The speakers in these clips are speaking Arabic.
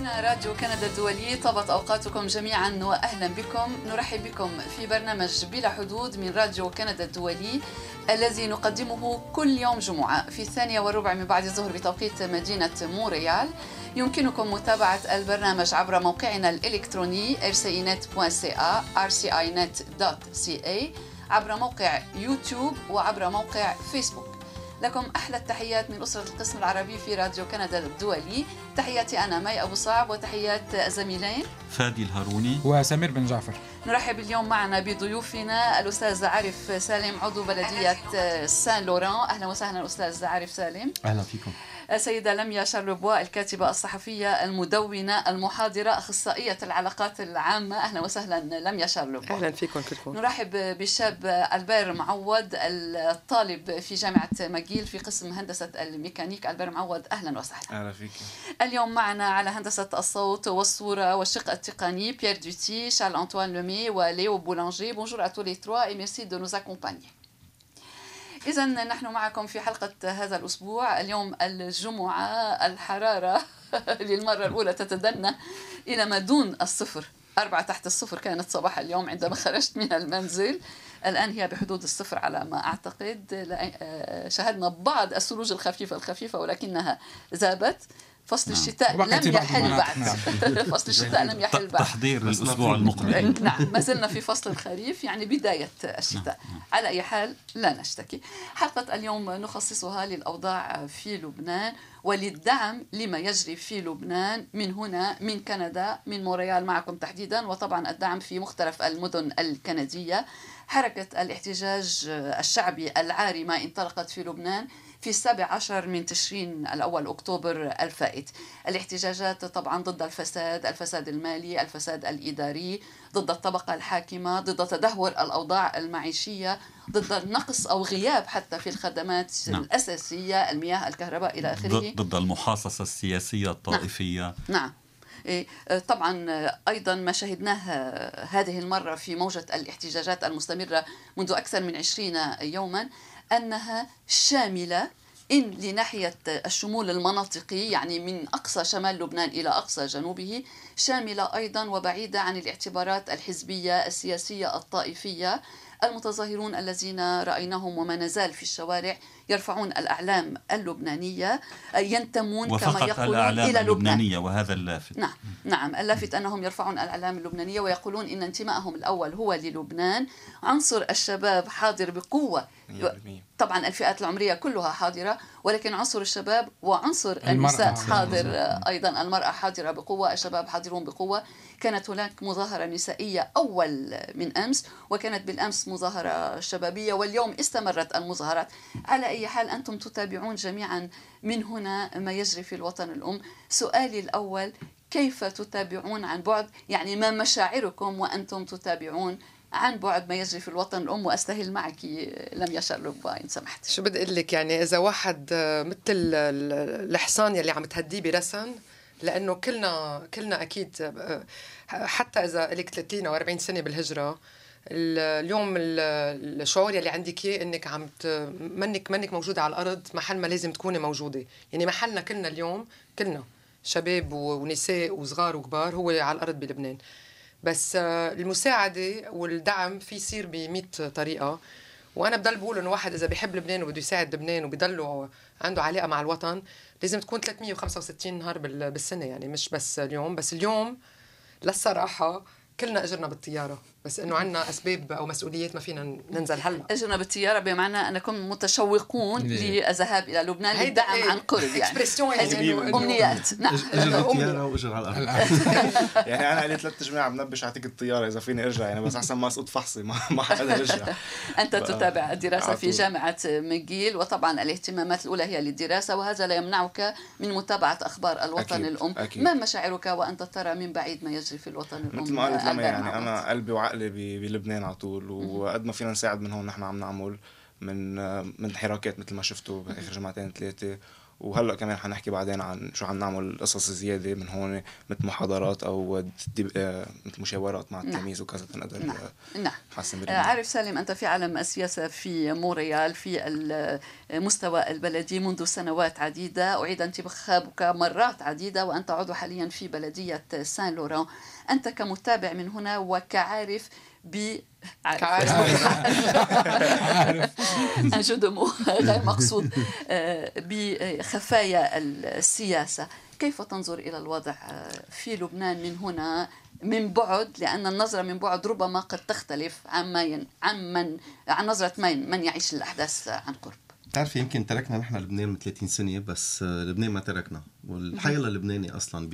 مستمعينا راديو كندا الدولي، طابت أوقاتكم جميعا وأهلا بكم. نرحب بكم في برنامج بلا حدود من راديو كندا الدولي الذي نقدمه كل يوم جمعة في 2:15 من بعد الظهر بتوقيت مدينة مونريال. يمكنكم متابعة البرنامج عبر موقعنا الإلكتروني rcinet.ca rcinet.ca، عبر موقع يوتيوب وعبر موقع فيسبوك. لكم أحلى التحيات من أسرة القسم العربي في راديو كندا الدولي. تحياتي أنا مي أبو صعب، وتحيات الزميلين فادي الهاروني وسمير بن جعفر. نرحب اليوم معنا بضيوفنا الأستاذ عارف سالم، عضو بلدية سان لوران. أهلا وسهلا أستاذ عارف سالم. أهلا فيكم. السيدة لميا شارلوبوا، الكاتبة الصحفية المدونة المحاضرة أخصائية العلاقات العامة. أهلا وسهلا لميا شارلوبوا. أهلا فيكم كلكم. نرحب بالشاب ألبير معوض، الطالب في جامعة ماجيل في قسم هندسة الميكانيك. ألبير معوض أهلا وسهلا. أهلا فيك. اليوم معنا على هندسة الصوت والصورة والشق التقني بيير دوتي، شارل أنطوان لومي وليو بولانجي. بونجور à tous les trois et merci de nous accompagner. إذن نحن معكم في حلقة هذا الأسبوع. اليوم الجمعة، الحرارة للمرة الأولى تتدنى إلى ما دون الصفر. 4 تحت الصفر كانت صباح اليوم عندما خرجت من المنزل. الآن هي بحدود الصفر على ما أعتقد. شاهدنا بعض الثلوج الخفيفة ولكنها ذابت. فصل الشتاء لم يحل بعد. فصل الشتاء لم يحل بعد. تحضير للأسبوع المقبل. نعم، ما زلنا في فصل الخريف، يعني بداية الشتاء. على أي حال لا نشتكي. حلقة اليوم نخصصها للأوضاع في لبنان وللدعم لما يجري في لبنان من هنا، من كندا، من مونريال معكم تحديدا، وطبعا الدعم في مختلف المدن الكندية. حركة الاحتجاج الشعبي العارمة انطلقت في لبنان في 17 من تشرين الأول أكتوبر الفائت. الاحتجاجات طبعا ضد الفساد المالي، الفساد الإداري، ضد الطبقة الحاكمة، ضد تدهور الأوضاع المعيشية، ضد النقص أو غياب حتى في الخدمات الأساسية، المياه، الكهرباء إلى آخره، ضد المحاصصة السياسية الطائفية. نعم. طبعا أيضا ما شهدناه هذه المرة في موجة الاحتجاجات المستمرة منذ أكثر من 20 يوما أنها شاملة، إن لناحية الشمول المناطقي يعني من أقصى شمال لبنان إلى أقصى جنوبه، شاملة أيضا وبعيدة عن الاعتبارات الحزبية السياسية الطائفية. المتظاهرون الذين رأيناهم وما نزال في الشوارع يرفعون الأعلام اللبنانية، ينتمون كما يقولون إلى لبنان، وهذا اللافت. نعم اللافت أنهم يرفعون الأعلام اللبنانية ويقولون إن انتمائهم الأول هو للبنان. عنصر الشباب حاضر بقوة، طبعا الفئات العمرية كلها حاضرة، ولكن عنصر الشباب وعنصر النساء حاضر أيضا. المرأة حاضرة بقوة، الشباب حاضرون بقوة. كانت هناك مظاهرة نسائية أول من أمس، وكانت بالأمس مظاهرة شبابية، واليوم استمرت المظاهرات. على أي حال أنتم تتابعون جميعا من هنا ما يجري في الوطن الأم. سؤالي الأول، كيف تتابعون عن بعد؟ يعني ما مشاعركم وأنتم تتابعون عن بعد ما يجري في الوطن الأم؟ وأستهل معك لميا شارلوبوا إن سمحت. شو بدي أقول لك، يعني إذا واحد مثل الحصان يلي عم تهديه برسن، لأنه كلنا أكيد، حتى إذا لك 30 أو 40 سنة بالهجرة، اليوم الشعور يلي عندك إنك منك موجودة على الأرض محل ما لازم تكوني موجودة. يعني محلنا كلنا اليوم، كلنا شباب ونساء وصغار وكبار، هو على الأرض بلبنان. بس المساعدة والدعم في يصير ب100 طريقة. وأنا بضل بقول إنه واحد إذا بيحب لبنان وبده يساعد لبنان وبيضله عنده علاقة مع الوطن، لازم تكون 365 نهار بالسنة، يعني مش بس اليوم. بس اليوم للصراحة كلنا أجرنا بالطيارة، بس إنه عنا أسباب أو مسؤوليات ما فينا ننزل هلا. أجرنا بالطيارة بمعنى أنكم متشوقون للذهاب إلى لبنان للدعم عن قرب، يعني أمنيات. نعم، أجر بالطيارة وأجر على الأرض. يعني أنا لي 3 جماعة بنبش أعطيك الطيارة إذا فيني أرجع، يعني بس أحسن ما أسقط فحصي ما حدا يرجع. أنت تتابع الدراسة في جامعة ماجيل، وطبعا الاهتمامات الأولى هي للدراسة، وهذا لا يمنعك من متابعة أخبار الوطن الأم. ما مشاعرك وأنت ترى من بعيد ما يجري في الوطن الأم؟ مثل ما قلت لما، يعني أنا قلبي وعقلي بلبنان على طول، وقد ما فينا نساعد من هون نحن عم نعمل من حراكات مثل ما شفتوا بآخر 2 جمعة 3، وهلا كمان حنحكي بعدين عن شو عم نعمل قصص زياده من هون، مثل محاضرات او مثل مشاورات مع التلاميذ وكذا تنقدر نحسن. عارف سالم، انت في عالم السياسه في مونريال في المستوى البلدي منذ سنوات عديده، اعيد انتخابك مرات عديده، وانت عضو حاليا في بلديه سان لوران. انت كمتابع من هنا وكعارف أنجدمو غير مقصود بخفايا السياسة، كيف تنظر إلى الوضع في لبنان من هنا من بعد؟ لأن النظرة من بعد ربما قد تختلف عن نظرة من يعيش الأحداث عن قرب. تعرفي يمكن تركنا نحن لبنان من 30 سنة، بس لبنان ما تركنا. والحقيقة اللبناني أصلا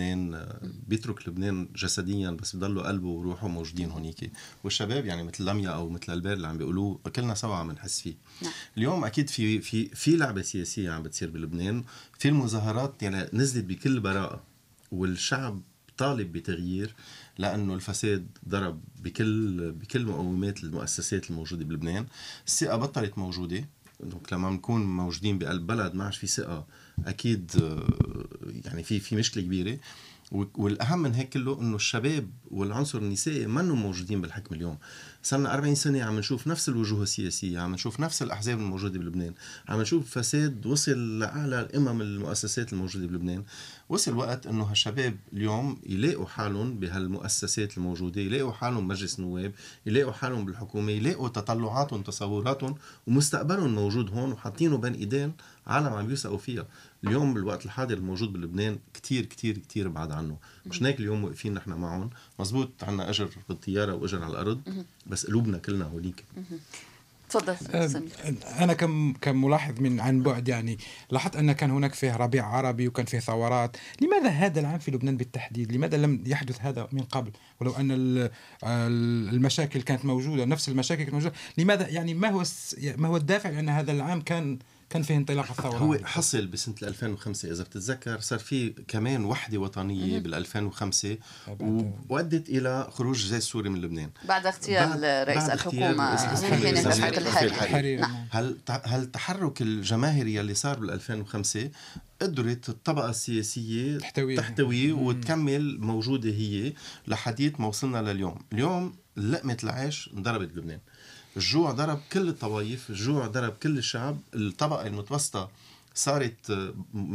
بيترك لبنان جسديا، بس بضلوا قلبه وروحه موجودين هونيك. والشباب يعني مثل لميا أو مثل البير اللي عم بيقولوه كلنا سوا عم نحس فيه. اليوم أكيد في لعبة سياسية عم بتصير بلبنان، في المظاهرات يعني نزلت بكل براءة، والشعب طالب بتغيير، لأنه الفساد ضرب بكل مقومات المؤسسات الموجودة بلبنان. الثقة بطلت موجودة، لما نكون موجودين بقلب بلد ما عادش في ثقة، أكيد يعني في مشكلة كبيرة. والأهم من هيك كله إنه الشباب والعنصر النسائي ما إنهم موجودين بالحكم اليوم. صرنا 40 سنة عم نشوف نفس الوجوه السياسية، عم نشوف نفس الأحزاب الموجودة بلبنان، عم نشوف فساد وصل لأعلى القمم المؤسسات الموجودة بلبنان. وصل الوقت إنه هالشباب اليوم يلاقوا حالهم بهالمؤسسات الموجودة، يلاقوا حالهم مجلس نواب، يلاقوا حالهم بالحكومة، يلاقوا تطلعاتهم تصوراتهم ومستقبلهم موجود هون وحاطينه بين إيدين عالم عم يوثقوا فيها. اليوم بالوقت الحاضر الموجود بلبنان كتير كتير كتير بعد عنه. مش هيك اليوم واقفين نحن معهم، مزبوط عنا أجر بالطيارة وأجر على الأرض، بس قلوبنا كلنا هوليك. تفضل سمير. أنا كملاحظ من عن بعد يعني لاحظت أن كان هناك فيه ربيع عربي وكان فيه ثورات. لماذا هذا العام في لبنان بالتحديد؟ لماذا لم يحدث هذا من قبل؟ ولو أن المشاكل كانت موجودة، نفس المشاكل كانت موجودة، لماذا يعني ما هو الدافع لأن هذا العام كان فيه انطلاق الثورة؟ هو حصل بسنة 2005 إذا بتتذكر، صار في كمان وحدة وطنية بال2005 وأدت إلى خروج الجيش السوري من لبنان بعد اغتيال رئيس الحكومة حين الحريري. هل تحرك الجماهيري اللي صار بال2005 قدرت الطبقة السياسية تحتويه وتكمل موجودة هي لحديث ما وصلنا لليوم. اليوم لقمة العيش انضربت بلبنان، الجوع ضرب كل الطوائف، الجوع ضرب كل الشعب. الطبقة المتوسطة صارت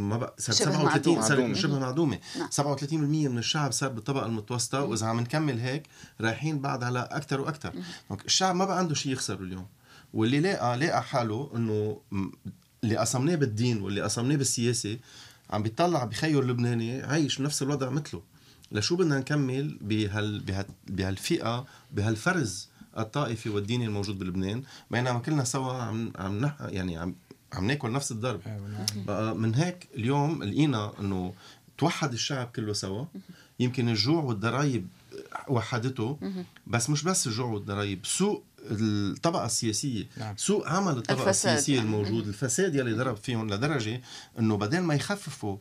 37 صارت شبه معدومة. 37% من الشعب صار بالطبقة المتوسطة، وإذا عم نكمل هيك رايحين بعد على أكتر وأكتر. الشعب ما بقى عنده شيء يخسر اليوم، واللي لقى حاله إنه اللي قسمناه بالدين واللي قسمناه بالسياسة عم بيطلع بخير لبناني عايش نفس الوضع مثله. لشو بدنا نكمل بهالفئة بهالفرز الطائفي والديني الموجود بلبنان، بينما كلنا سوا عم ناكل نفس الضرب. من هيك اليوم لقينا انه توحد الشعب كله سوا. يمكن الجوع والضرائب وحدته، بس مش بس الجوع والضرائب، سوء الطبقة السياسية، سوء عمل الطبقة السياسية الموجود، الفساد يلي ضرب فيهم لدرجة انه بدل ما يخففوا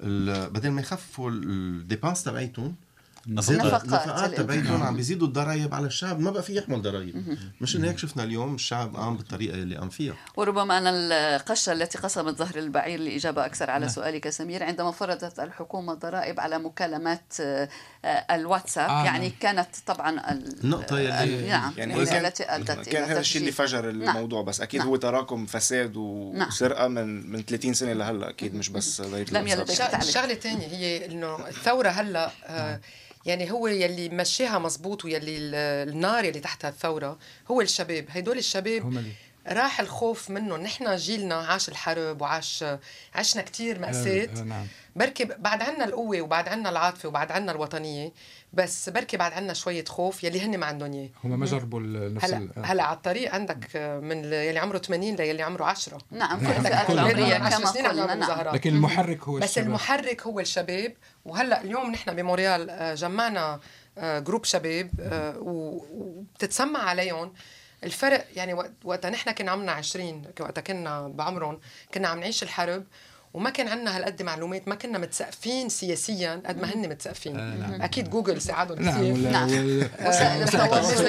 الديبانس تبعيتهم، النفقات تبعيتهم، عم بيزيدوا الضرائب على الشعب. ما بقى في يحمل ضرائب. مش هيك شفنا اليوم الشعب قام بالطريقة اللي قام فيها. وربما أن القشة التي قسمت ظهر البعير لإجابة أكثر على سؤالك سمير، عندما فرضت الحكومة الضرائب على مكالمات الواتساب، يعني كانت طبعا النقطة التي أدت كان هذا الشيء اللي فجر الموضوع. بس أكيد هو تراكم فساد وسرقة من 30 سنة لهلا، أكيد مش بس الشغلة الثانية هي إنه الثورة هلا يعني هو يلي مشيها مزبوط، ويلي النار يلي تحت الثورة هو الشباب. هيدول الشباب راح الخوف منه. نحن جيلنا عاش الحرب عشنا كتير مأساة. بركي بعد عنا القوة وبعد عنا العاطفة وبعد عنا الوطنية، بس بركي بعد عنا شوية خوف يلي هن ما عندهم اياه. هم ما جربوا هلا على الطريق عندك من يلي عمره 80 ليلي عمره 10. نعم، كل الفئات العمرية كما قلنا. لكن المحرك هو بس المحرك هو الشباب. وهلا اليوم نحن بمونريال جمعنا جروب شباب وبتتسمع عليهم الفرق. يعني وقتها نحن كنا عمرنا 20، وقتها كنا بعمرهم كنا عم نعيش الحرب وما كان عندنا هالقد معلومات، ما كنا متثقفين سياسيا قد ما هن متثقفين. اكيد جوجل ساعدهم كثير. نعم، وسائل التواصل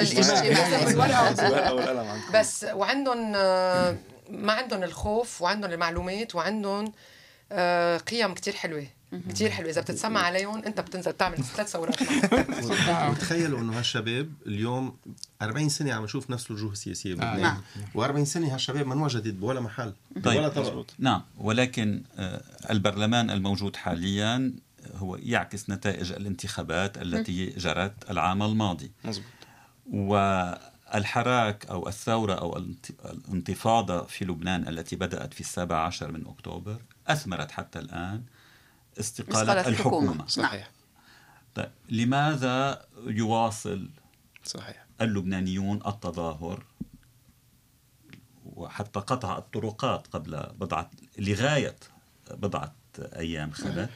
الاجتماعي. بس وعندهم ما عندهم الخوف، وعندهم المعلومات، وعندهم قيم كتير حلوة كتير حلوة. إذا بتتسمع عليهم أنت بتنزل تعمل 3 ثورات. وتخيلوا إنه هالشباب اليوم 40 سنة عم نشوف نفس الوجوه السياسية بلبنان، و40 سنة هالشباب ما انوجدت بولا محل ولا طبق. نعم، ولكن البرلمان الموجود حاليا هو يعكس نتائج الانتخابات التي جرت العام الماضي. مزبوط. والحراك أو الثورة أو الانتفاضة في لبنان التي بدأت في 17 من أكتوبر أثمرت حتى الآن استقالة الحكومة. صحيح. طيب لماذا يواصل صحيح اللبنانيون التظاهر وحتى قطع الطرقات قبل لغاية بضعة أيام خلت،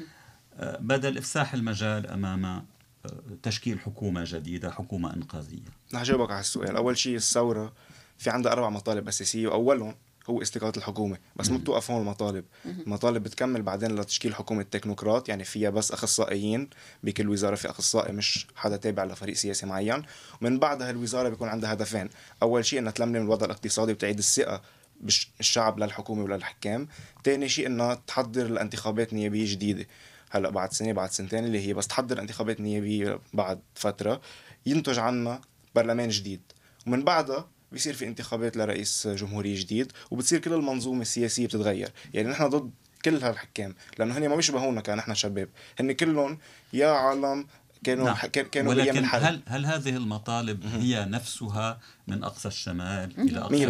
بدل إفساح المجال أمام تشكيل حكومة جديدة، حكومة إنقاذية؟ رح جاوبك على السؤال. أول شيء الثورة في عندها 4 مطالب أساسية، وأولهم هو استقالة الحكومة، بس ما بتوقف هون المطالب. المطالب بتكمل بعدين لتشكيل حكومة تكنوقراط، يعني فيها بس أخصائيين، بكل وزارة في أخصائي مش حدا تابع لفريق سياسي معين. ومن بعدها الوزارة بيكون عندها هدفين: أول شيء إنها تلملم الوضع الاقتصادي وتعيد الثقة بالشعب للحكومة وللحكام. تاني شيء إنها تحضر لانتخابات نيابية جديدة، هلا بعد سنة بعد سنتين، اللي هي بس تحضر انتخابات نيابية بعد فترة ينتج عنها برلمان جديد، ومن بعدها بيصير في انتخابات لرئيس جمهورية جديد، وبتصير كل المنظومة السياسية بتتغير. يعني نحن ضد كل هالحكام لأنه هن ما بيشبهونا كان نحن شباب، هن كلهم يا عالم كانوا كانوا ولكن بأيام الحرب. هل هذه المطالب هي نفسها من أقصى الشمال إلى أقصى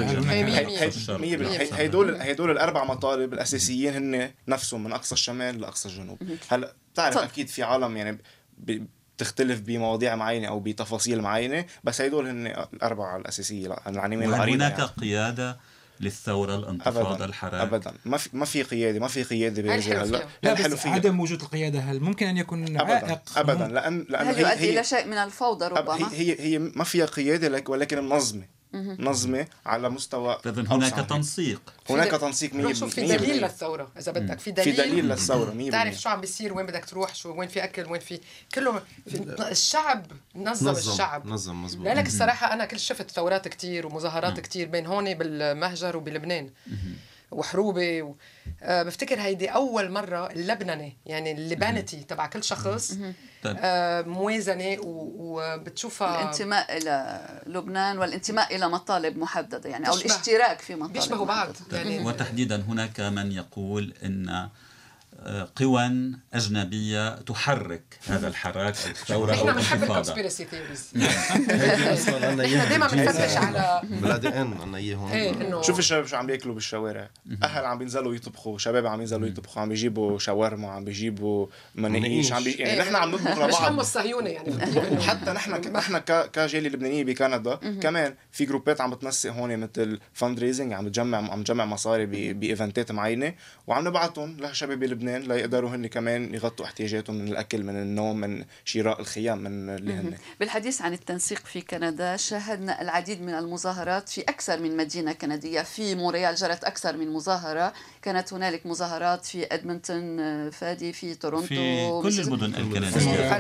100%؟ هيدول ال4 مطالب الأساسيين هن نفسهم من أقصى الشمال لأقصى الجنوب. هلا بتعرف أكيد في عالم يعني تختلف بمواضيع معينة أو بتفاصيل معينة، بس هيدول هن ال4 الأساسية العناوين العريضة. هناك يعني قيادة للثورة، الانتفاضة، الحراك؟ أبدا ما في قيادة بهذه هلا. الحلو فيه عدم وجود القيادة، هل ممكن أن يكون عائق؟ أبدا لأن هل يؤدي إلى شيء من الفوضى ربما؟ هي ما فيها قيادة ولكن منظمة على مستوى. إذن هناك تنسيق. هناك تنسيق 100%. في دليل للثورة إذا بدك، في دليل للثورة 100%. تعرف شو عم بيصير، وين بدك تروح، وين في أكل، وين في كله. الشعب نظم الشعب. نظم مزبوط. لك الصراحة أنا شفت ثورات كتير ومظاهرات كتير بين هون بالمهجر وبلبنان وحروبة بفتكر هيدي أول مرة اللبنانة، يعني اللبانتي تبع كل شخص موازنة وبتشوفها الانتماء إلى لبنان والانتماء إلى مطالب محددة، يعني أو الاشتراك في مطالب بيشبهوا بعض يعني. وتحديدا هناك من يقول إن قوى أجنبية تحرك هذا الحراك أو الثورة أو الانتفاضة. إحنا بنحب الكونسبيرسي ثيوريز. إحنا دايما بنفتش على بلاد عنا إياهم. شوف الشباب شو عم بياكلوا بالشوارع، أهل عم بينزلوا يطبخوا، شباب عم ينزلوا يطبخوا، عم بيجيبوا شاورما، عم بيجيبوا مناقيش، يعني نحن عم نطبخ لبعض. مش هم الصهيونة يعني. حتى نحن كجالية لبنانية بكندا كمان في جروبات عم بتنسق هون مثل فاند ريزنج، عم تجمع مصاري بإيفنتات معينة، وعم نبعتهم لشباب لبنان ليقدروا هن كمان يغطوا احتياجاتهم من الأكل، من النوم، من شراء الخيام، من اللي هن. بالحديث عن التنسيق في كندا، شاهدنا العديد من المظاهرات في أكثر من مدينة كندية. في مونريال جرت أكثر من مظاهرة، كانت هنالك مظاهرات في إدمنتون، في تورونتو، في كل المدن الكندية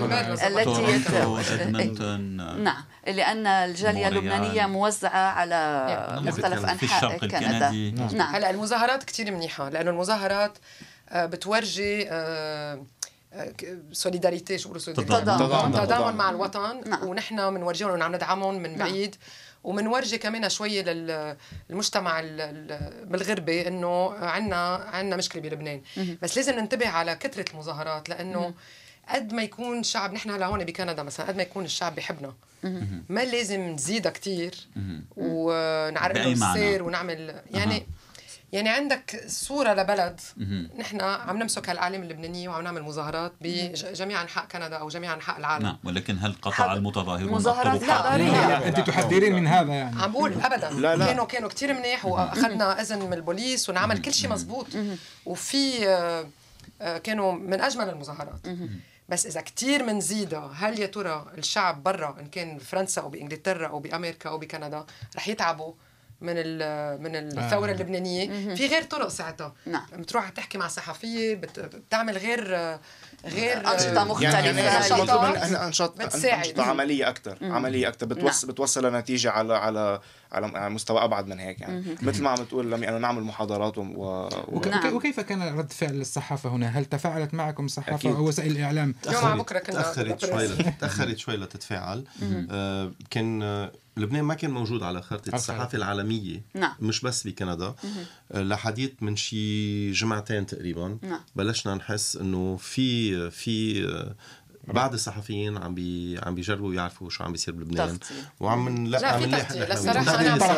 التي نعم، لأن الجالية اللبنانية موزعة على مختلف أنحاء كندا. نعم. هلا المظاهرات كتير منيحة، لأنه المظاهرات بتورجي سوليداريتي، شو تضامن مع الوطن. نعم. ونحن بنورجيهم ونعم ندعمهم من بعيد. ومنورجي كمان شوية للمجتمع بالغربة إنه عنا مشكلة بلبنان. بس لازم ننتبه على كثرة المظاهرات، لأنه قد ما يكون شعب، نحن هلا هون بكندا مثلا، قد ما يكون الشعب بحبنا ما لازم نزيدها كتير ونعرقله السير ونعمل يعني عندك صورة لبلد. نحن عم نمسك هالأعلام اللبنانية وعم نعمل مظاهرات بجميع أنحاء كندا أو جميع أنحاء العالم. نعم، ولكن هل قطع المتظاهرون مظاهرات لا أنت تحذرين من هذا يعني؟ عم بقول أبدا. لا. كانوا كتير منيح، وأخذنا إذن من البوليس ونعمل كل شيء مزبوط، وفي كانوا من أجمل المظاهرات. بس إذا كتير منزيدها، هل يا ترى الشعب برا إن كان بفرنسا أو بإنجلترا أو بأمريكا أو بكندا رح يتعبوا من الثوره اللبنانيه، في غير طرق ساعتها. نعم. بتروح تحكي مع صحفيه، بتعمل غير أنشطة مختلفة، يعني أنشطة عملية أكثر، بتوصل لنتيجة على مستوى أبعد من هيك يعني. مثل ما عم تقول لما نعمل محاضرات وكيف كان رد فعل الصحافة هنا؟ هل تفاعلت معكم الصحافة أكيد. أو وسائل الإعلام؟ تأخرت شوي لتتفاعل. كان لبنان ما كان موجود على خارطة الصحافة العالمية. نعم. مش بس بكندا. لحديث من شي جمعتين تقريبا. نعم. بلشنا نحس انه في بعض الصحفيين عم بيجربوا يعرفوا شو عم بيصير بلبنان، وعم لا في تغطية. للصراحة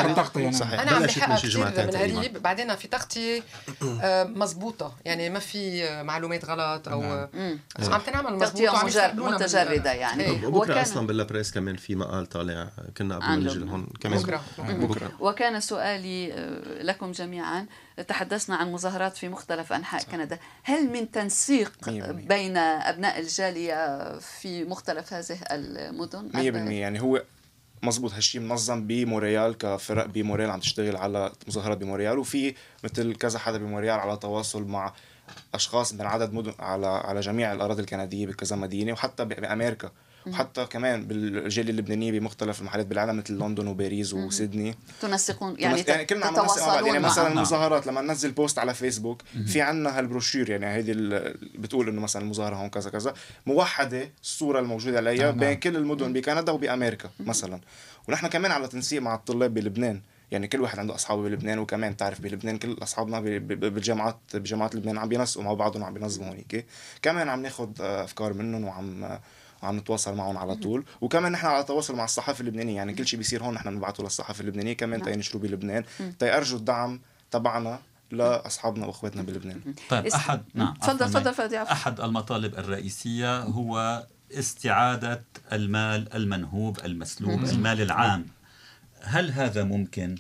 أنا عم بحقق كثير من قريب. بعدين في تغطية مزبوطة، يعني ما في معلومات غلط أو عم تنعمل مزبوطة متجردة يعني. وبكرة أصلا باللابريس كمان في مقال طالع، كنا قبل ما نجي لهون كمان بكرة. وكان سؤالي لكم جميعا، تحدثنا عن مظاهرات في مختلف أنحاء كندا، هل من تنسيق بين أبناء الجالية في مختلف هذه المدن؟ 100%. يعني هو مزبوط هالشي منظم بموريال، كفرق بموريال عم تشتغل على مظاهرات بموريال، وفي مثل كذا حدا بموريال على تواصل مع أشخاص من عدد مدن على جميع الأراضي الكندية بكذا مدينة، وحتى بأمريكا، وحتى كمان بالجالية اللبنانية بمختلف المحلات بالعالم مثل لندن وباريس وسيدني. تنسقون يعني كلنا عم ننسق مع بعض. يعني مثلا المظاهرات لما ننزل بوست على فيسبوك في عنا هالبروشير، يعني هيدي بتقول انه مثلا المظاهرة هون كذا كذا، موحدة الصورة الموجودة عليها بين كل المدن بكندا وبأمريكا مثلا. ونحن كمان على تنسيق مع الطلاب بلبنان، يعني كل واحد عنده أصحابه بلبنان، وكمان تعرف بلبنان كل أصحابنا بجامعات لبنان عم بينسقوا مع بعضهم وعم بينظموا هونيك. كمان عم ناخد أفكار منهم وعم نتواصل معهم على طول. وكمان نحن على تواصل مع الصحافة اللبنانية، يعني كل شيء بيصير هون نحن نبعته للصحافة اللبنانية كمان تينشروا بلبنان، تيأرجوا الدعم تبعنا لأصحابنا وأخواتنا بلبنان. طيب تفضل فادي. أحد المطالب الرئيسية هو استعادة المال المنهوب المسلوب، المال العام. هل هذا ممكن؟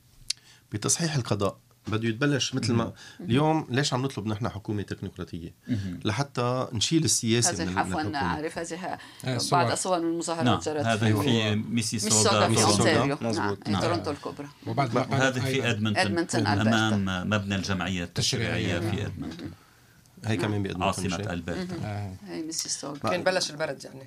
بتصحيح القضاء بده يتبلش مثل ما اليوم. ليش عم نطلب نحن حكومة تكنوقراطية؟ لحتى نشيل السياسة من الحكومة. عارف هذه بعض الصور من المظاهرات جرت هذا في ميسيسوغا في أونتاريو، نعم. تورونتو الكبرى، وهذا في إدمنتون أمام مبنى الجمعية التشريعية في إدمنتون. هي كمان بيقدموا عاصمة ألبرتا. هي ميسيسوغا. كان بلش البرد يعني.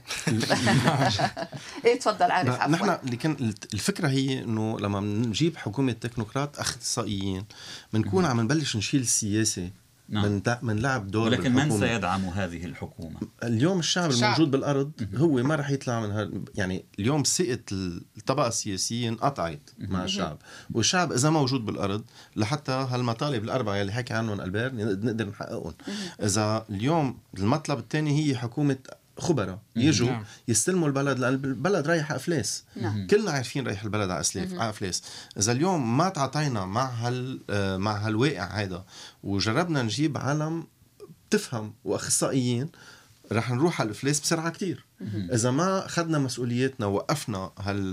ايه تفضل عارف. نحن اللي كان الفكرة هي انه لما نجيب حكومة تكنوقراط اختصائيين بنكون عم نبلش نشيل السياسة. من لعب دور. ولكن من سيدعم هذه الحكومة؟ اليوم الشعب الموجود بالأرض هو ما رح يطلع من يعني اليوم ثقة الطبقة السياسية انقطعت مع الشعب، والشعب إذا موجود بالأرض لحتى هالمطالب الأربعة اللي حكي عنهم ألبير نقدر نحققهم. إذا اليوم المطلب الثاني هي حكومة خبراء يجوا يستلموا البلد، لأن البلد رايح أفلاس. كلنا عارفين رايح البلد على أفلاس. إذا اليوم ما تعطينا مع هالواقع هذا وجربنا نجيب عالم تفهم وأخصائيين، رح نروح على الأفلاس بسرعة كتير. إذا ما خدنا مسؤولياتنا ووقفنا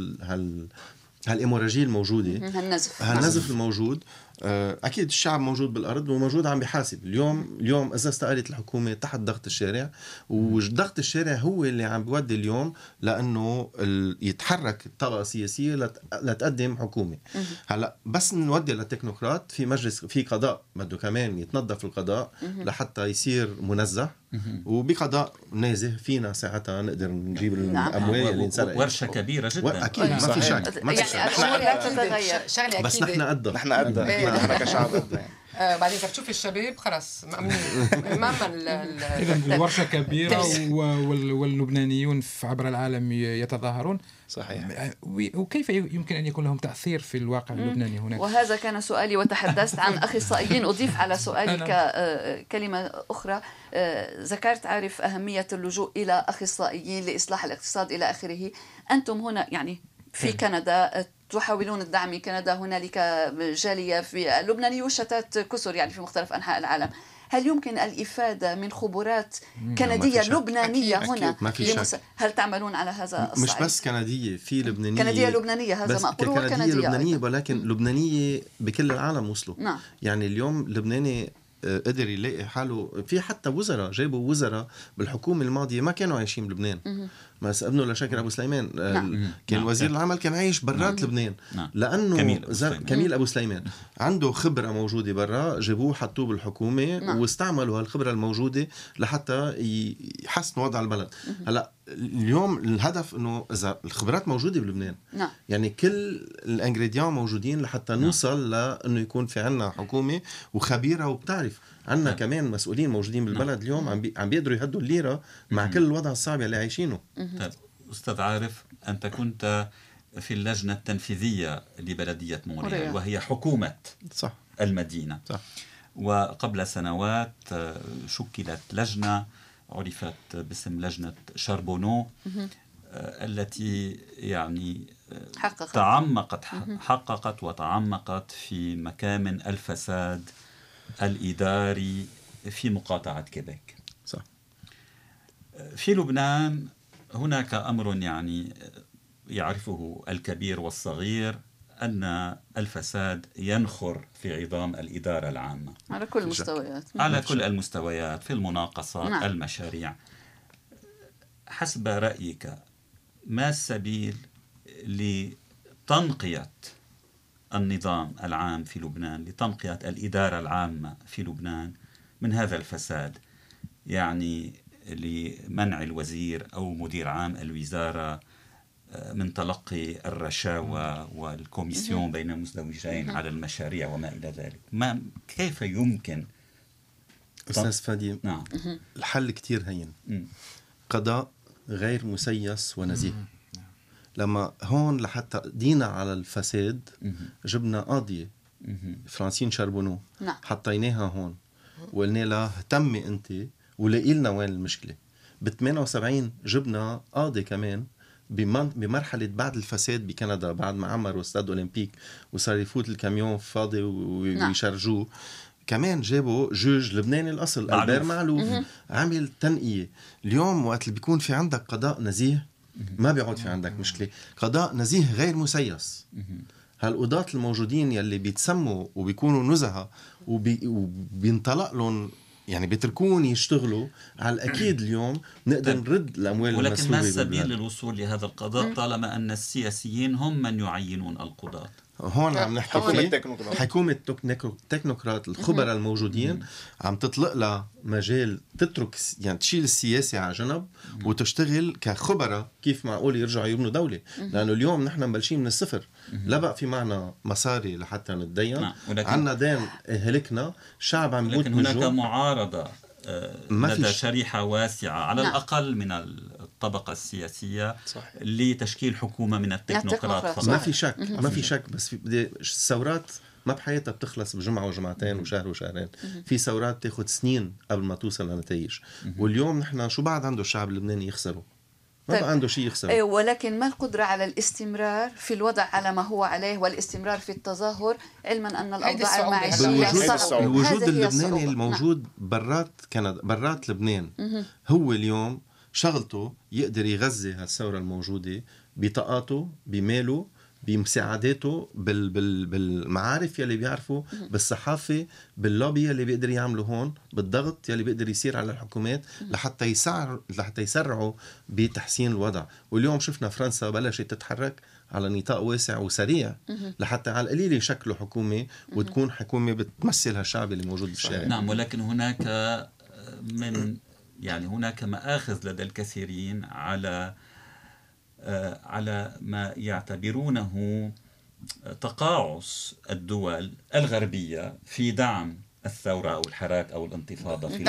هالإموراجية الموجودة، هالنزف الموجود. أكيد الشعب موجود بالأرض وموجود عم بيحاسب. اليوم إذا استقالت الحكومة تحت ضغط الشارع، وضغط الشارع هو اللي عم بيودي اليوم لأنه يتحرك الطبقة السياسية لتقدم حكومة. هلأ بس نودي للتكنوقراط في مجلس، في قضاء بده كمان يتنظف القضاء لحتى يصير منزه، وبقضاء نازه فينا ساعتها نقدر نجيب الأموال اللي انسرقت. ورشة كبيرة جدا. أكيد ما في شك. يعني بس نحن قد نحن كشعب قد بعدين إذا بتشوفي الشباب خلاص إذا الورشة كبيرة واللبنانيون عبر العالم يتظاهرون. صحيح. وكيف يمكن أن يكون لهم تأثير في الواقع اللبناني هناك؟ وهذا كان سؤالي، وتحدثت عن أخصائيين. أضيف على سؤالك كلمة أخرى. ذكرت عارف أهمية اللجوء إلى أخصائيين لإصلاح الاقتصاد إلى آخره. أنتم هنا يعني في كندا تحاولون الدعم. كندا هنالك جالية في اللبنانيين وشتات كسر يعني في مختلف أنحاء العالم. هل يمكن الإفادة من خبرات كندية لبنانية هنا؟ هل تعملون على هذا الصعيد؟ مش بس كندية، في لبنانية لبنانية هذا ما أقوله. كندية لبنانية، ولكن لبنانية بكل العالم وصلوا. يعني اليوم لبناني قدر يلاقي حاله. في حتى وزراء جابوا وزراء بالحكومة الماضية ما كانوا عايشين بلبنان. بس ابنه لشاكر أبو سليمان كان وزير العمل، كان عايش برات لبنان لأنه كميل أبو سليمان عنده خبرة موجودة برا، جابوه حطوه بالحكومة واستعملوا هالخبرة الموجودة لحتى يحسنوا وضع البلد. هلأ اليوم الهدف انه اذا الخبرات موجوده بلبنان يعني كل الانغريديان موجودين لحتى نوصل لانه يكون في عنا حكومه وخبيره وبتعرف عنا كمان مسؤولين موجودين بالبلد اليوم عم بيقدروا يهدوا الليره مع كل الوضع الصعب اللي عايشينه. طيب استاذ عارف، انت كنت في اللجنه التنفيذيه لبلديه مونريال وهي حكومه صح المدينه صح. وقبل سنوات شكلت لجنه عرفت باسم لجنة شاربونو التي يعني حققت وتعمقت في مكامن الفساد الإداري في مقاطعة كيبيك. صح. في لبنان هناك أمر يعني يعرفه الكبير والصغير، أن الفساد ينخر في عظام الإدارة العامة على كل المستويات، على كل المستويات، في المناقصات المشاريع. حسب رأيك ما السبيل لتنقية النظام العام في لبنان، لتنقية الإدارة العامة في لبنان من هذا الفساد؟ يعني لمنع الوزير أو مدير عام الوزارة من تلقي الرشاوى والكوميسيون بين المزدوجين على المشاريع وما إلى ذلك. كيف يمكن أستاذ فادي؟ نعم. الحل كتير هين. قضاء غير مسيس ونزيه. لما هون لحتى دينا على الفساد جبنا قاضية فرانسين شاربونو حطيناها هون وقلنا لها اهتمي انت ولاقي لنا وين المشكلة. ب78 جبنا قاضي كمان بمرحلة بعد الفساد بكندا، بعد ما عمروا استاد أولمبيك وصار يفوت الكاميون فاضي ويشرجوه. كمان جابوا جوج لبناني الأصل ألبير معلوف عامل تنقية. اليوم وقت اللي بيكون في عندك قضاء نزيه ما بيعود في عندك مشكلة. قضاء نزيه غير مسيس. هالقضاة الموجودين يلي بيتسموا وبيكونوا نزهة وبينطلق لهم يعني بيتركون يشتغلوا على الأكيد اليوم نقدر نرد الأموال المسلوبة. ولكن ما السبيل للوصول لهذا القضاء طالما أن السياسيين هم من يعينون القضاة؟ هون عم نحكي حكومة تكنوقراط الخبراء الموجودين عم تطلق لها مجال تترك يعني تشيل السياسة على جنب وتشتغل كخبراء كيف معقول يرجعوا يبنوا دولة. لأنه اليوم نحن مبلشين من الصفر، لا بقى في معنا مصاري لحتى نتدين، عنا دين هلكنا، الشعب عم يموت من الجوع. لكن هناك معارضة لدى شريحة واسعة على الأقل من الطبقة السياسية لتشكيل حكومة من التكنوقراط. ما في شك ما في شك. بس الثورات ما بحياتها بتخلص بجمعة وجمعتين وشهر وشهرين. في ثورات تاخد سنين قبل ما توصل لنتائج. واليوم نحن شو بعد عنده الشعب اللبناني يخسره؟ ما بقى عنده شيء يخسر. ولكن ما القدرة على الاستمرار في الوضع على ما هو عليه والاستمرار في التظاهر، علما أن الأوضاع المعيشية صعبة. الوجود اللبناني الموجود برات كندا، برات لبنان، هو اليوم شغلته يقدر يغذي هالثورة الموجودة بطاقاته، بماله، بمساعداته، بالمعارف يلي بيعرفوا، بالصحافة، باللوبي يلي بيقدر يعملوا هون، بالضغط يلي بيقدر يصير على الحكومات لحتى يسرعوا بتحسين الوضع. واليوم شفنا فرنسا بلشت تتحرك على نطاق واسع وسريع لحتى على القليل يشكلوا حكومة وتكون حكومة بتمثل هالشعب اللي موجود بالشارع. نعم، ولكن هناك هناك مآخذ لدى الكثيرين على ما يعتبرونه تقاعس الدول الغربية في دعم الثورة أو الحراك أو الانتفاضة في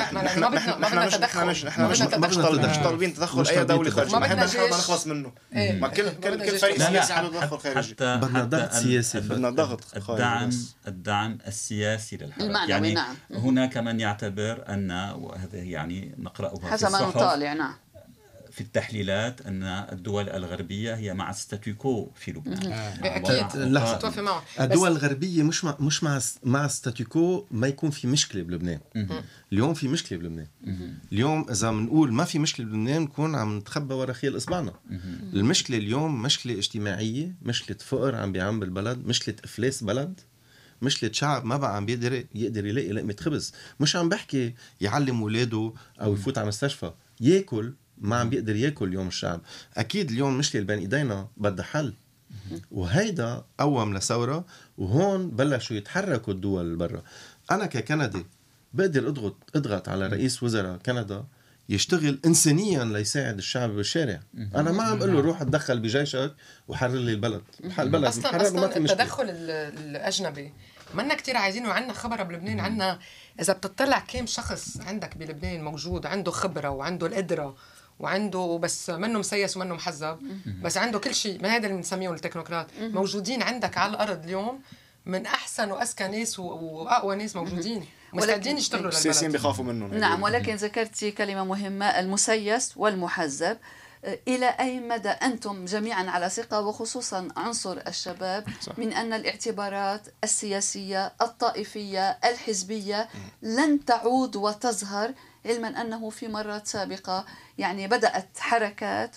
نحن مش طالبين تدخل أي دولة خارجية، ما نخلص منه. ما كل فريق سياسي عنده تدخل خارجي. بدنا ضغط سياسي، بدنا ضغط الدعم السياسي للحراك. يعني هناك من يعتبر أن، وهذا يعني نقرأها حسب ما نطالع في التحليلات أن الدول الغربية هي مع ستاتيكو في لبنان. أكيد. الدول الغربية مش مع ستاتيكو ما يكون في مشكلة بلبنان. اليوم في مشكلة بلبنان. اليوم إذا منقول ما في مشكلة بلبنان نكون عم نتخبى ورا خيل إصبعنا. المشكلة اليوم مشكلة اجتماعية، مشكلة فقر عم بيعم بالبلد، مشكلة إفلاس بلد، مشكلة شعب ما بقى عم يقدر يلاقي لقمة خبز. مش عم بحكي يعلم ولاده أو يفوت على مستشفى، ياكل ما عم بيقدر ياكل اليوم الشعب. أكيد اليوم مشكلة بين إيدينا بدها حل، وهيدا قوم لثورة، وهون بلشوا يتحركوا الدول برا. أنا ككندي بقدر أضغط على رئيس وزراء كندا يشتغل إنسانيا ليساعد الشعب بالشارع. أنا ما عم بقول له روح اتدخل بجيشك وحرر لي البلد. أصلا التدخل الأجنبي منا كتير عايزينه. عنا خبرة بلبنان، عنا إذا بتطلع كم شخص عندك بلبنان موجود عنده خبرة وعنده القدرة وعنده بس منه مسيس ومنه محزب، بس عنده كل شيء. ما هذا اللي بنسميهم التكنوقراط. موجودين عندك على الأرض اليوم من أحسن وأذكى ناس وأقوى ناس موجودين مستعدين يشتغلوا للبلد. السياسيين بيخافوا منهم. نعم، ولكن ذكرتي كلمة مهمة، المسيس والمحزب. إلى أي مدى أنتم جميعا على ثقة، وخصوصا عنصر الشباب، من أن الاعتبارات السياسية الطائفية الحزبية لن تعود وتظهر، علما أنه في مرات سابقة يعني بدأت حركات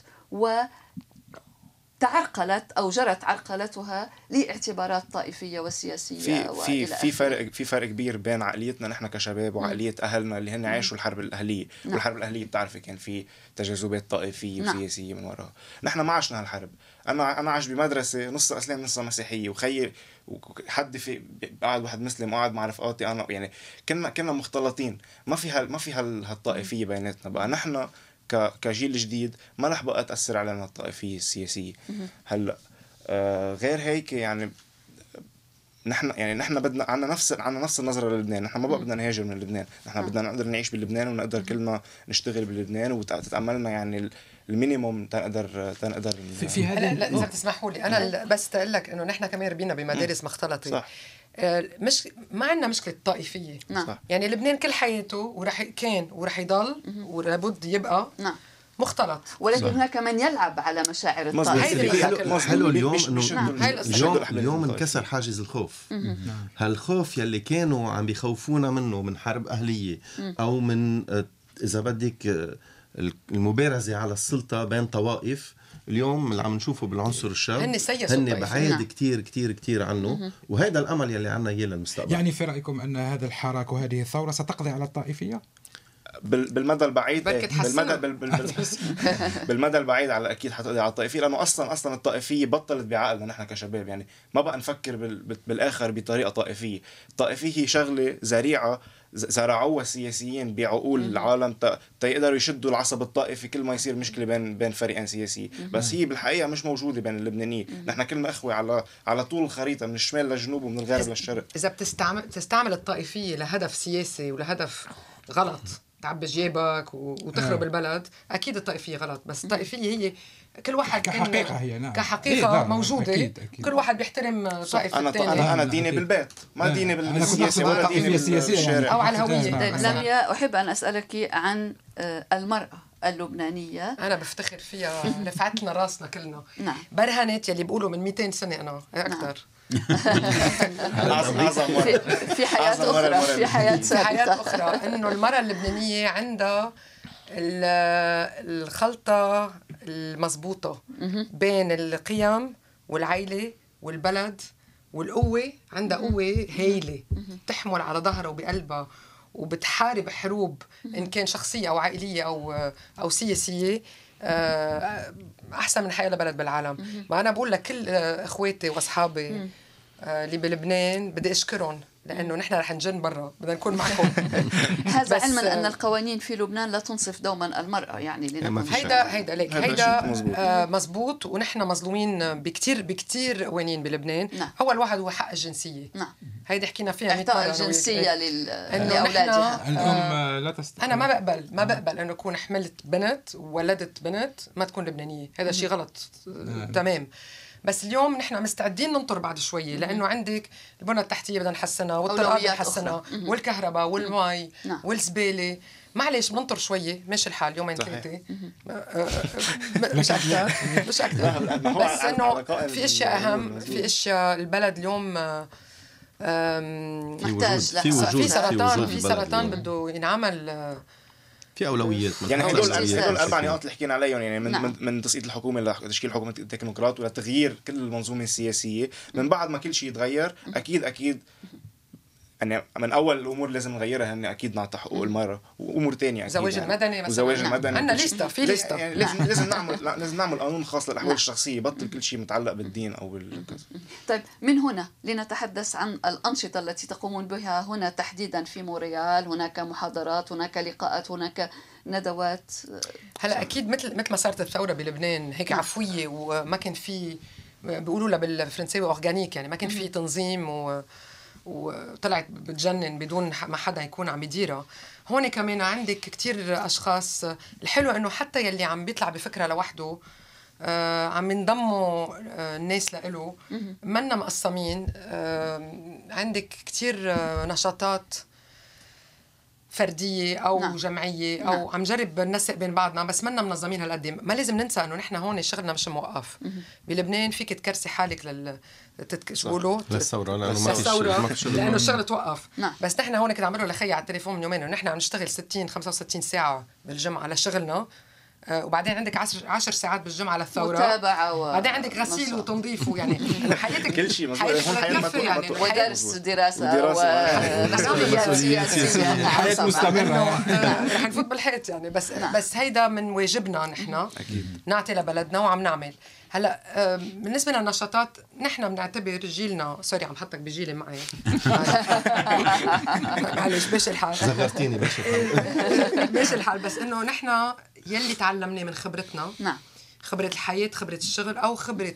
وتعرقلت أو جرت عرقلتها لاعتبارات طائفية وسياسية؟ في فرق كبير بين عقليتنا نحن كشباب وعقلية أهلنا اللي هن عاشوا الحرب الأهلية. والحرب الأهلية بتعرفي كان في تجاذبات طائفية وسياسية من وراها. نحن ما عشنا هالحرب. أنا عاش بمدرسة نص إسلام نص مسيحية، وخي وحد في قاعد واحد مسلم وقاعد مع رفقاتي أنا، يعني كنا مختلطين. ما في هالطائفية بيناتنا. بقى نحن كجيل جديد ما رح بقى تأثر علينا الطائفية السياسية. هلا غير هيك يعني نحن بدنا عنا نفس النظرة للبنان. نحن ما بقى بدنا نهاجر من لبنان. نحن بدنا نقدر نعيش بلبنان ونقدر كلنا نشتغل بلبنان وتتأملنا يعني المينيموم تنقدر في هذا. لا إذا بتسمحوا لي أنا بس تقول لك إنه نحن كمان ربينا بمدارس مختلطة. صح. مش ما عندنا مشكلة طائفية. يعني لبنان كل حياته كان ورح يضل ولابد يبقى مختلط، ولكن هناك من يلعب على مشاعر الطائفة. حلو اليوم انه اليوم انكسر حاجز الخوف. هالخوف يلي كانوا عم بيخوفونا منه من حرب أهلية او من اذا بدك المبارزة على السلطة بين طوائف، اليوم اللي عم نشوفه بالعنصر الشاب هن بعيد كتير كتير كتير عنه. وهذا الأمل يلي عنا إياه للمستقبل. يعني في رأيكم أن هذا الحراك وهذه الثورة ستقضي على الطائفية؟ بالمدى البعيد بالمدى البعيد على اكيد حتقضي على الطائفيه، لانه اصلا الطائفيه بطلت بعقلنا نحن كشباب. يعني ما بقى نفكر بالاخر بطريقه طائفيه. الطائفيه هي شغله ذريعه زرعوها السياسيين بعقول العالم تيقدروا يشدوا العصب الطائفي كل ما يصير مشكله بين فريقين سياسيين. بس هي بالحقيقه مش موجوده بين اللبنانيين. نحن كلنا اخوه على طول الخريطه، من الشمال للجنوب ومن الغرب للشرق. اذا بتستعمل الطائفيه لهدف سياسي ولهدف غلط، تعبي جيبك وتخرب البلد، اكيد الطائفيه غلط. بس الطائفيه هي كل واحد كحقيقه هي كحقيقه موجوده. أكيد. كل واحد بيحترم طائفه الثاني. انا ديني بالبيت، ما ديني بالسياسه ولا ديني بالشارع او على الهويه. لميا، احب ان اسالك عن المراه اللبنانيه. انا بفتخر فيها، رفعتنا راسنا كلنا. برهنت يلي بيقولوا من 200 سنه انا اكثر. في حياة أخرى إنه المرأة اللبنانية عندها الخلطة المضبوطة بين القيم والعائلة والبلد والقوة. عندها قوة هايلة تحمل على ظهرها وبقلبها وبتحارب حروب إن كان شخصية أو عائلية أو سياسية أحسن من حياة بلد بالعالم. ما أنا بقول لك كل إخواتي وأصحابي اللي بلبنان بدي أشكرهم، لأنه نحن رح نجن برا، بدنا نكون معكم. هذا علما أن القوانين في لبنان لا تنصف دوما المرأة. يعني هيدا مزبوط. ونحن مظلومين بكتير قوانين بلبنان. أول واحد هو حق الجنسية. هيدا حكينا فيها إعطاء الجنسية لأولادها. الأم لا تستطيع. أنا ما بقبل أنه أكون حملت بنت وولدت بنت ما تكون لبنانية. هذا شيء غلط تمام. بس اليوم نحن مستعدين ننطر بعد شوية، لأنه عندك البنى التحتية بدنا نحسنها، والطرقات بدنا نحسنها، والكهرباء والماء والزبالة. معلش بننطر شوية، ماشي الحال يومين ثلاثة مش أكثر. بس إنه في أشياء أهم، في أشياء البلد اليوم محتاج. في سرطان بده ينعمل في اولويات يعني هدول أولويات. الاربع نقاط اللي حكينا عليهم، يعني من نعم. من تسقيط الحكومه لتشكيل حكومه التكنوقراط ولتغيير كل المنظومه السياسيه. من بعد ما كل شيء يتغير اكيد يعني من اول الامور لازم نغيرها هن اكيد نعطي حقوق المراه وامور ثانيه اكيد. زواج يعني. المدني مثلا. وزواج نعم. المدني عندنا لسته في لسته. يعني لازم نعمل قانون خاص للاحوال الشخصيه، بطل كل شيء متعلق بالدين او بالكذا. طيب من هنا لنتحدث عن الأنشطة التي تقومون بها هنا تحديدا في مونريال. هناك محاضرات، هناك لقاءات، هناك ندوات. هلا اكيد مثل ما صارت الثوره بلبنان هيك عفويه، وما كان في بيقولوا لها بالفرنساوي اورجانيك، يعني ما كان في تنظيم وطلعت بتجنن بدون ما حدا يكون عم يديرها. هون كمان عندك كتير اشخاص. الحلو انه حتى يلي عم بيطلع بفكره لوحده عم ينضموا الناس له، منا مقسمين. عندك كتير نشاطات فرديه او نعم. جمعيه او نعم. عم جرب ننسق بين بعضنا، بس منا منظمين هالقد. ما لازم ننسى انه نحن هون شغلنا مش موقف. بلبنان فيك تكرسي حالك شو بيقولوا للثوره لانه الشغل توقف. نعم. بس نحن هون كنت عم بقول لخيي على التليفون من يومين انه نحن عم نشتغل 60-65 ساعه بالجمعه لشغلنا، وبعدين عندك 10 ساعات بالجمعه للثوره، متابعه بعدين عندك غسيل وتنظيف، ويعني حياتك كل شيء مزبوط. هون حياتك يعني ودرس دراسة ودراسة حياة مستمرة. رح نفوت بالحيط يعني. بس هيدا من واجبنا نحن نعطي لبلدنا وعم نعمل. هلا بالنسبه للنشاطات نحن بنعتبر جيلنا، سوري عم حطك بجيلي معي معلش ماشي الحال، صغرتيني ماشي الحال، بس انه نحن يلي تعلمناه من خبرتنا، نعم، خبره الحياه، خبره الشغل، او خبره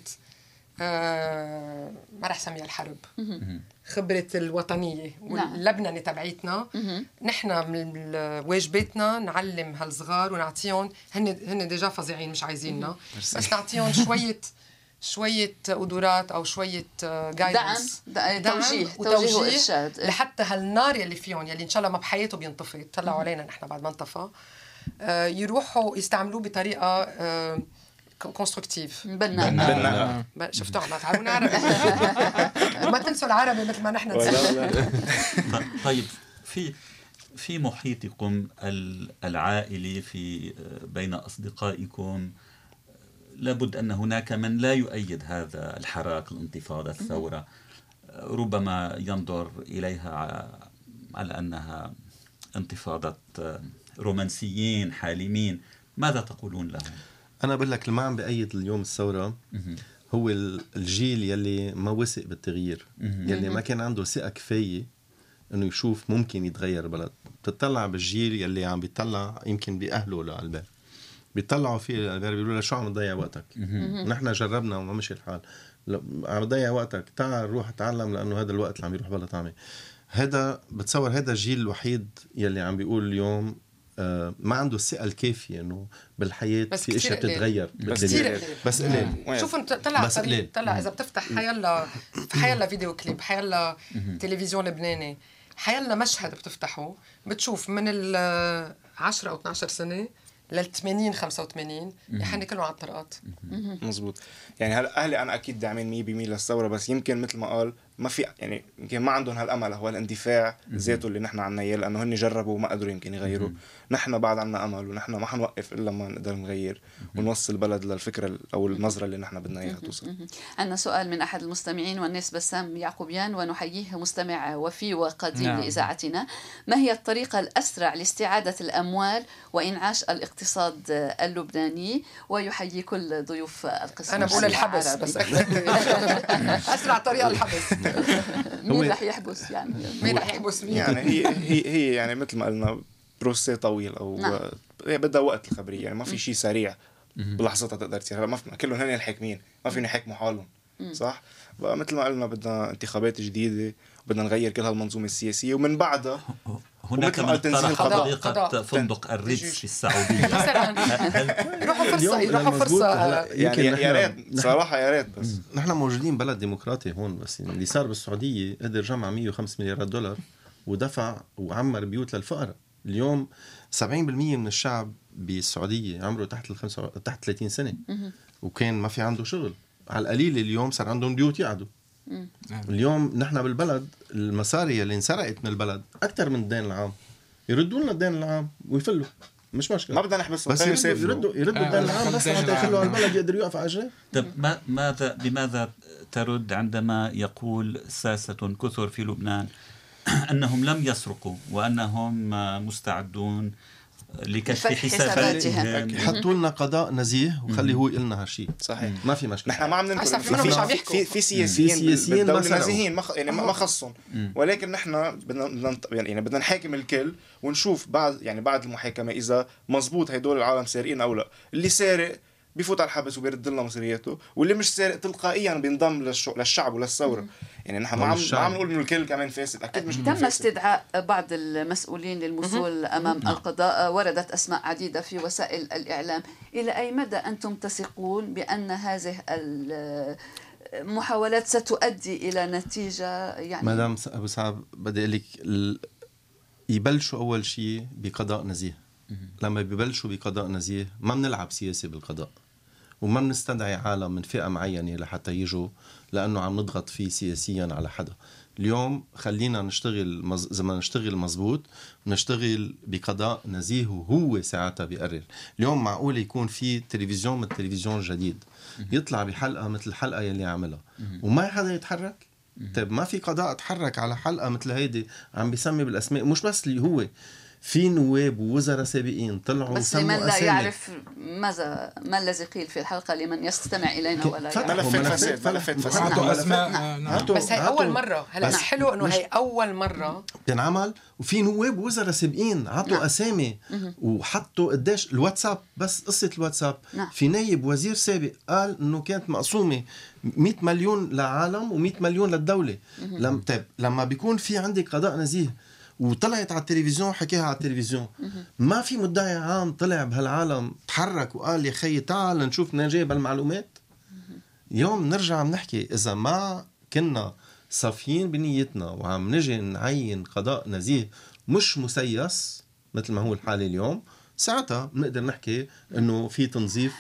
ما رح سميها الحرب، خبرة الوطنية واللبنة تبعيتنا. نحن من واجباتنا نعلم هالصغار ونعطيهم، هن ديجا فظيعين مش عايزيننا، بس نعطيهم شوية قدرات أو شوية جايدنس، توجيه وإرشاد، لحتى هالنار يلي فيهم، يلي إن شاء الله ما بحياته بينطفي، طلعوا علينا نحن بعد ما انطفى، يروحوا يستعملوه بطريقة كونستركتيف. بناء. شفتوا عم تعلمونا عربي ما تنسوا العربي مثل ما نحن طيب في محيطكم العائلي، في بين أصدقائكم، لابد أن هناك من لا يؤيد هذا الحراك، الانتفاضة، الثورة، ربما ينظر إليها على أنها انتفاضة رومانسيين حالمين. ماذا تقولون لهم؟ أنا بقول لك اللي ما عم بأيد اليوم الثورة هو الجيل يلي ما وثق بالتغيير، يلي ما كان عنده ثقة كفاية إنه يشوف ممكن يتغير البلد. بتطلع بالجيل يلي عم بيطلع يمكن بأهله للبلد، بيطلعوا فيه للبلد بيقولوا له شو عم تضيع وقتك؟ نحن جربنا وما مشي الحال، عم تضيع وقتك، تعال روح اتعلم، لأنه هذا الوقت اللي عم يروح بلا طعمه. هذا بتصور هذا الجيل الوحيد يلي عم بيقول اليوم ما عنده الثقة الكافية إنه بالحياة في إشياء بتتغير بس قليل. شوفوا طلع إذا بتفتح حيلا فيديو كليب، حيلا تلفزيون لبناني، حيلا مشهد بتفتحه بتشوف من 10 أو 12 سنة لل 80-85 يحني كلهم على الطرقات. مزبوط. يعني هلا اهلي انا اكيد داعمين 100% للثوره، بس يمكن مثل ما قال ما في، يعني يمكن ما عندهم هالامل، هو الاندفاع ذاته اللي نحن عنا اياه، لانه هن جربوا وما قدروا يمكن يغيروا. نحن بعد عنا امل، ونحن ما حنوقف الا ما نقدر نغير ونوصل البلد للفكره او النظره اللي نحن بدنا اياها توصل. عندنا سؤال من احد المستمعين والناس، بسام يعقوبيان، ونحييه مستمع وفي وقديم لاذاعتنا. ما هي الطريقه الاسرع لاستعاده الاموال وانعاش الاقتصاد اللبناني؟ ويحيي كل ضيوف القسم. انا بقول الحبس بس اسرع طريقه الحبس. مين رح يحبس يعني؟ مين رح يحبس مين؟ يعني هي يعني مثل ما قلنا بروسي طويل، او بدها وقت الخبريه، يعني ما في شيء سريع بلحظتها تقدر تصير. ما كلهم هن الحاكمين، ما فينا يحكموا حالهم، صح؟ بقى مثل ما قلنا بدنا انتخابات جديده، وبدنا نغير كل هالمنظومه السياسيه، ومن بعدها هناك من طرح طريقة فندق الريتز في السعودية. يروحوا فرصة يعني يا ريت صراحة، يا ريت. بس نحن موجودين بلد ديمقراطي هون، بس اللي صار بالسعودية قدر جمع 105 مليارات دولار ودفع وعمر بيوت للفقراء. اليوم 70% من الشعب بالسعودية عمره تحت 30 سنة، وكان ما في عنده شغل. على القليل اليوم صار عندهم بيوت يقعدوا. اليوم نحن بالبلد المصاري اللي انسرقت من البلد أكثر من الدين العام، يردوا لنا الدين العام ويفلوا. مش مشكله ما بدنا نحبسهم، بس يردوا الدين العام بس حتى يخلوا على البلد يقدر يوقف على اجريه. طب بماذا ترد عندما يقول ساسة كثر في لبنان أنهم لم يسرقوا وأنهم مستعدون لكشف حساباتهم؟ حطوا لنا قضاء نزيه وخلي هو يقلنا هالشيء. صحيح. ما في مشكله. نحن ما عم ننكر سياسيين في سياسيين بالدولة ما نزيهين ما خصهم، ولكن نحن بدنا نحاكم الكل ونشوف بعد المحاكمة إذا مزبوط هيدول العالم سارقين أو لا. اللي سارق بيفوت على الحبس وبيرد لنا مصرياته، واللي مش سارق تلقائيا بينضم للشعب وللثورة. يعني نحن ما عم نقول إنه الكل كمان فاسد، أكيد مش تم استدعاء بعض المسؤولين للوصول أمام القضاء، وردت أسماء عديدة في وسائل الإعلام. إلى أي مدى أنتم تثقون بأن هذه المحاولات ستؤدي إلى نتيجة؟ يعني مدام أبو سعد بدي أقول لك يبلشوا أول شيء بقضاء نزيه. لما بيبلشوا بقضاء نزيه ما بنلعب سياسي بالقضاء، وما بنستدعي عالم من فئة معينة لحتى يجوا لأنه عم نضغط فيه سياسيا على حدا. اليوم خلينا نشتغل إذا ما نشتغل مزبوط نشتغل بقضاء نزيه وهو ساعتها بيقرر. اليوم معقول يكون في تلفزيون من التلفزيون الجديد يطلع بحلقة مثل الحلقة يلي عملها وما حدا يتحرك. طيب ما في قضاء تحرك على حلقة مثل هيدي عم بيسمي بالأسماء، مش بس اللي هو في نواب ووزراء سابقين طلعوا بس لمن لا يعرف ما الذي قيل في الحلقة، لمن يستمع إلينا ولا ملفات فساد. بس هي أول مرة. هلا حلو إنه هي أول مرة تنعمل، وفي نواب ووزراء سابقين عطوا أسامي وحطوا قديش الواتساب. بس قصة الواتساب في نايب وزير سابق قال إنه كانت مقسومة 100 مليون لعالم و100 مليون للدولة. لما بيكون في عندك قضاء نزيه وطلعت على التلفزيون حكيها على التلفزيون، ما في مدعي عام طلع بهالعالم تحرك وقال يا خي تعال نشوف نجيب المعلومات. يوم نرجع بنحكي إذا ما كنا صافيين بنيتنا وعم نجي نعين قضاء نزيه مش مسيس مثل ما هو الحالة اليوم، ساعتها بنقدر نحكي إنه في تنظيف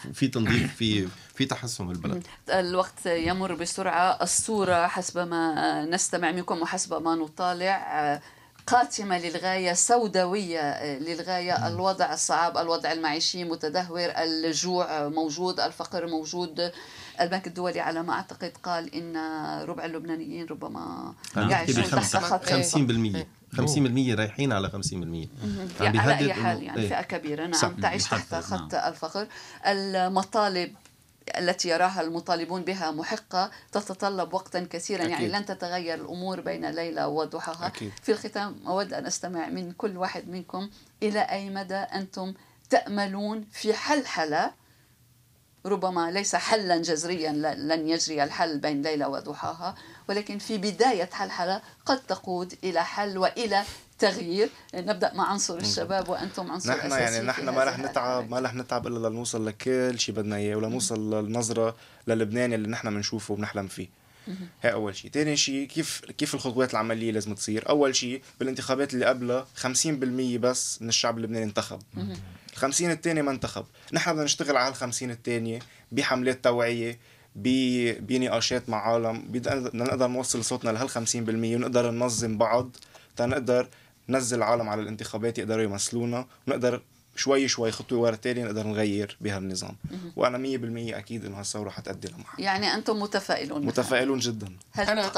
في تحسن بالبلد. الوقت يمر بسرعة. الصورة حسب ما نستمع منكم وحسب ما نطالع قاتمة للغاية، سوداوية للغاية. الوضع الصعب، الوضع المعيشي متدهور، الجوع موجود، الفقر موجود. البنك الدولي على ما أعتقد قال إن ربع اللبنانيين ربما يعيشون تحت خط 50%. 50% رايحين على 50%. على أي حال يعني فئة كبيرة نعم تعيش تحت خط الفقر. المطالب التي يراها المطالبون بها محقة، تتطلب وقتا كثيرا. أكيد. يعني لن تتغير الأمور بين ليلة وضحاها. أكيد. في الختام أود أن أستمع من كل واحد منكم إلى أي مدى أنتم تأملون في حلحلة، ربما ليس حلا جذريا، لن يجري الحل بين ليلة وضحاها، ولكن في بداية حلحلة قد تقود إلى حل وإلى تغيير. نبدأ مع عنصر الشباب وأنتم عنصر نحن أساسي. يعني نحن ما رح نتعب إلا لنوصل لكل شيء بدنا إياه، ولا نوصل للنظرة للبنان اللي نحن بنشوفه وبنحلم فيه. هي أول شيء. تاني شيء كيف الخطوات العملية لازم تصير. أول شيء بالانتخابات اللي قبلها 50% بس من الشعب اللبناني انتخب، 50 التاني ما انتخب. نحن بدنا نشتغل على 50 التانية بحملات توعية، بنقاشات مع عالم، بدنا نقدر نوصل صوتنا لهال 50% ونقدر ننظم بعض تنقدر ننزل العالم على الانتخابات يقدروا يمثلونا، ونقدر شوي خطوة ورا تاني نقدر نغير بهالنظام. وأنا 100% أكيد إنه هالثورة حتأدي لمحل. يعني أنتم متفائلون جدا. أنا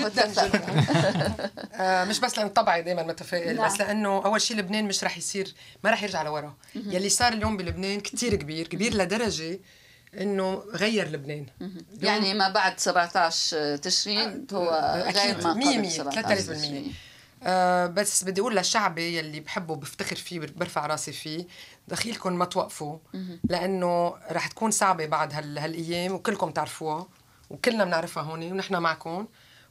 جدا مش بس لأن طبعي دايما متفائل. نعم. بس لأنه أول شيء لبنان مش رح يصير، ما رح يرجع لورا. يلي صار اليوم بلبنان كتير كبير لدرجة إنه غير لبنان. يعني ما بعد 17 تشرين هو غير ما قبل 17 بس بدي أقول للشعبي يلي بحبه بفتخر فيه برفع راسي فيه، دخيلكم ما توقفوا، لأنه رح تكون صعبة بعد هالأيام وكلكم تعرفوها وكلنا بنعرفها هون ونحن معكم،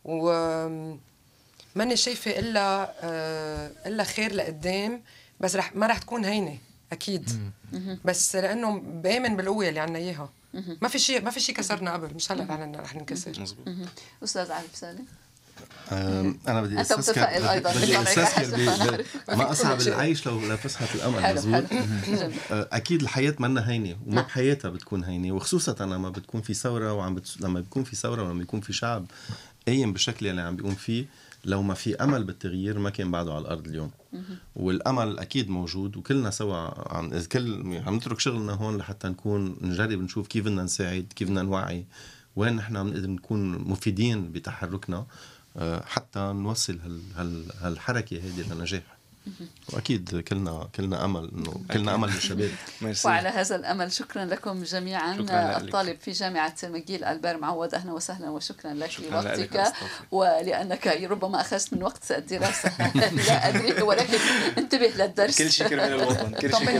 وماني شايفة إلا خير لقدام. بس ما رح تكون هينة أكيد، بس لأنه بآمن بالقوة اللي عنا إياها. ما في شيء كسرنا قبل، مش هلا رح ننكسر. أستاذ عارف سالم، أنا بدي أنت متفائل أيضا. ما أصعب العيش لو فسحة الأمل. مزبوط. أكيد الحياة منا هينة وما بحياتها بتكون هينة، وخصوصا لما بتكون في ثورة لما بيكون في ثورة ولما يكون في شعب قايم بالشكل اللي عم بيقوم فيه. لو ما في أمل بالتغيير ما كان بعده على الأرض اليوم. والأمل أكيد موجود، وكلنا سوا عم نترك شغلنا هون لحتى نجرب نشوف كيف بدنا نساعد، كيف بدنا نوعي، وين نحن بنقدر نكون مفيدين بتحركنا حتى نوصل هالحركة هذه لنجاح. واكيد كلنا امل انه كلنا امل للشباب. وعلى هذا الامل شكرا لكم جميعا. الطالب في جامعه ماجيل ألبير معوض، اهلا وسهلا وشكرا لك لوقتك ولانك ربما اخذت من وقت الدراسه لا ادري، ولكن انتبه للدرس. كل شيء كرمال الوطن، كل شيء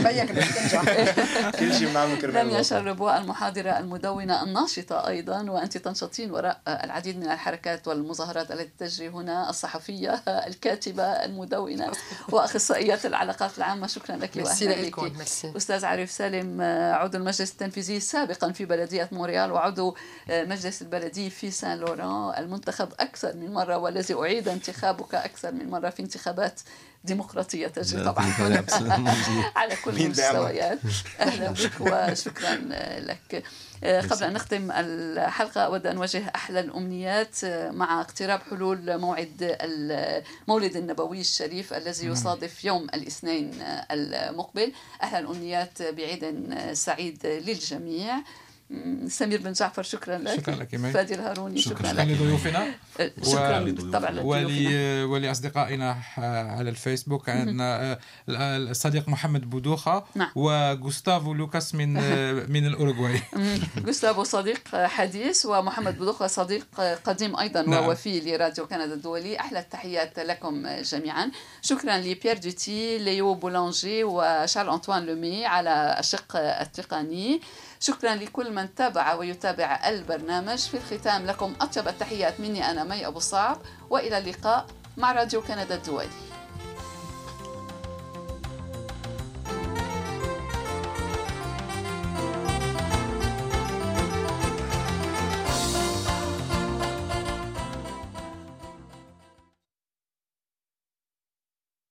كل شيء بنعمله كرمال الوطن. لم يشرب المحاضره المدونه الناشطه ايضا، وانت تنشطين وراء العديد من الحركات والمظاهرات التي تجري هنا، الصحفيه، الكاتبه، المدونه، واخصائيات العلاقات العامه. شكرا لك واهلا بك. استاذ عارف سالم، عضو المجلس التنفيذي سابقا في بلديه مونريال وعضو مجلس البلدي في سان لوران، المنتخب اكثر من مره والذي اعيد انتخابك اكثر من مره في انتخابات ديمقراطيه تجري طبعا على كل المستويات. اهلا بك وشكرا لك. قبل أن نختم الحلقة أود أن أوجه أحلى الأمنيات مع اقتراب حلول موعد المولد النبوي الشريف الذي يصادف يوم الاثنين المقبل. أحلى الأمنيات بعيد سعيد للجميع. سمير بن جعفر شكرا لك. شكرا لك فادي الهاروني شكرا لك. لضيوفنا شكرا طبعا ولأصدقائنا على الفيسبوك. عندنا الصديق محمد بودوخة وغوستافو لوكاس من الأوروغواي. غوستافو صديق حديث ومحمد بودوخة صديق قديم أيضا ووفي لراديو كندا الدولي. أحلى التحيات لكم جميعا. شكرا لبيير دوتي، ليو بولانجي وشارل أنطوان لومي على الشق التقني. شكرا لكل من تابع ويتابع البرنامج. في الختام لكم أطيب التحيات مني أنا مي أبو صعب، وإلى اللقاء مع راديو كندا الدولي.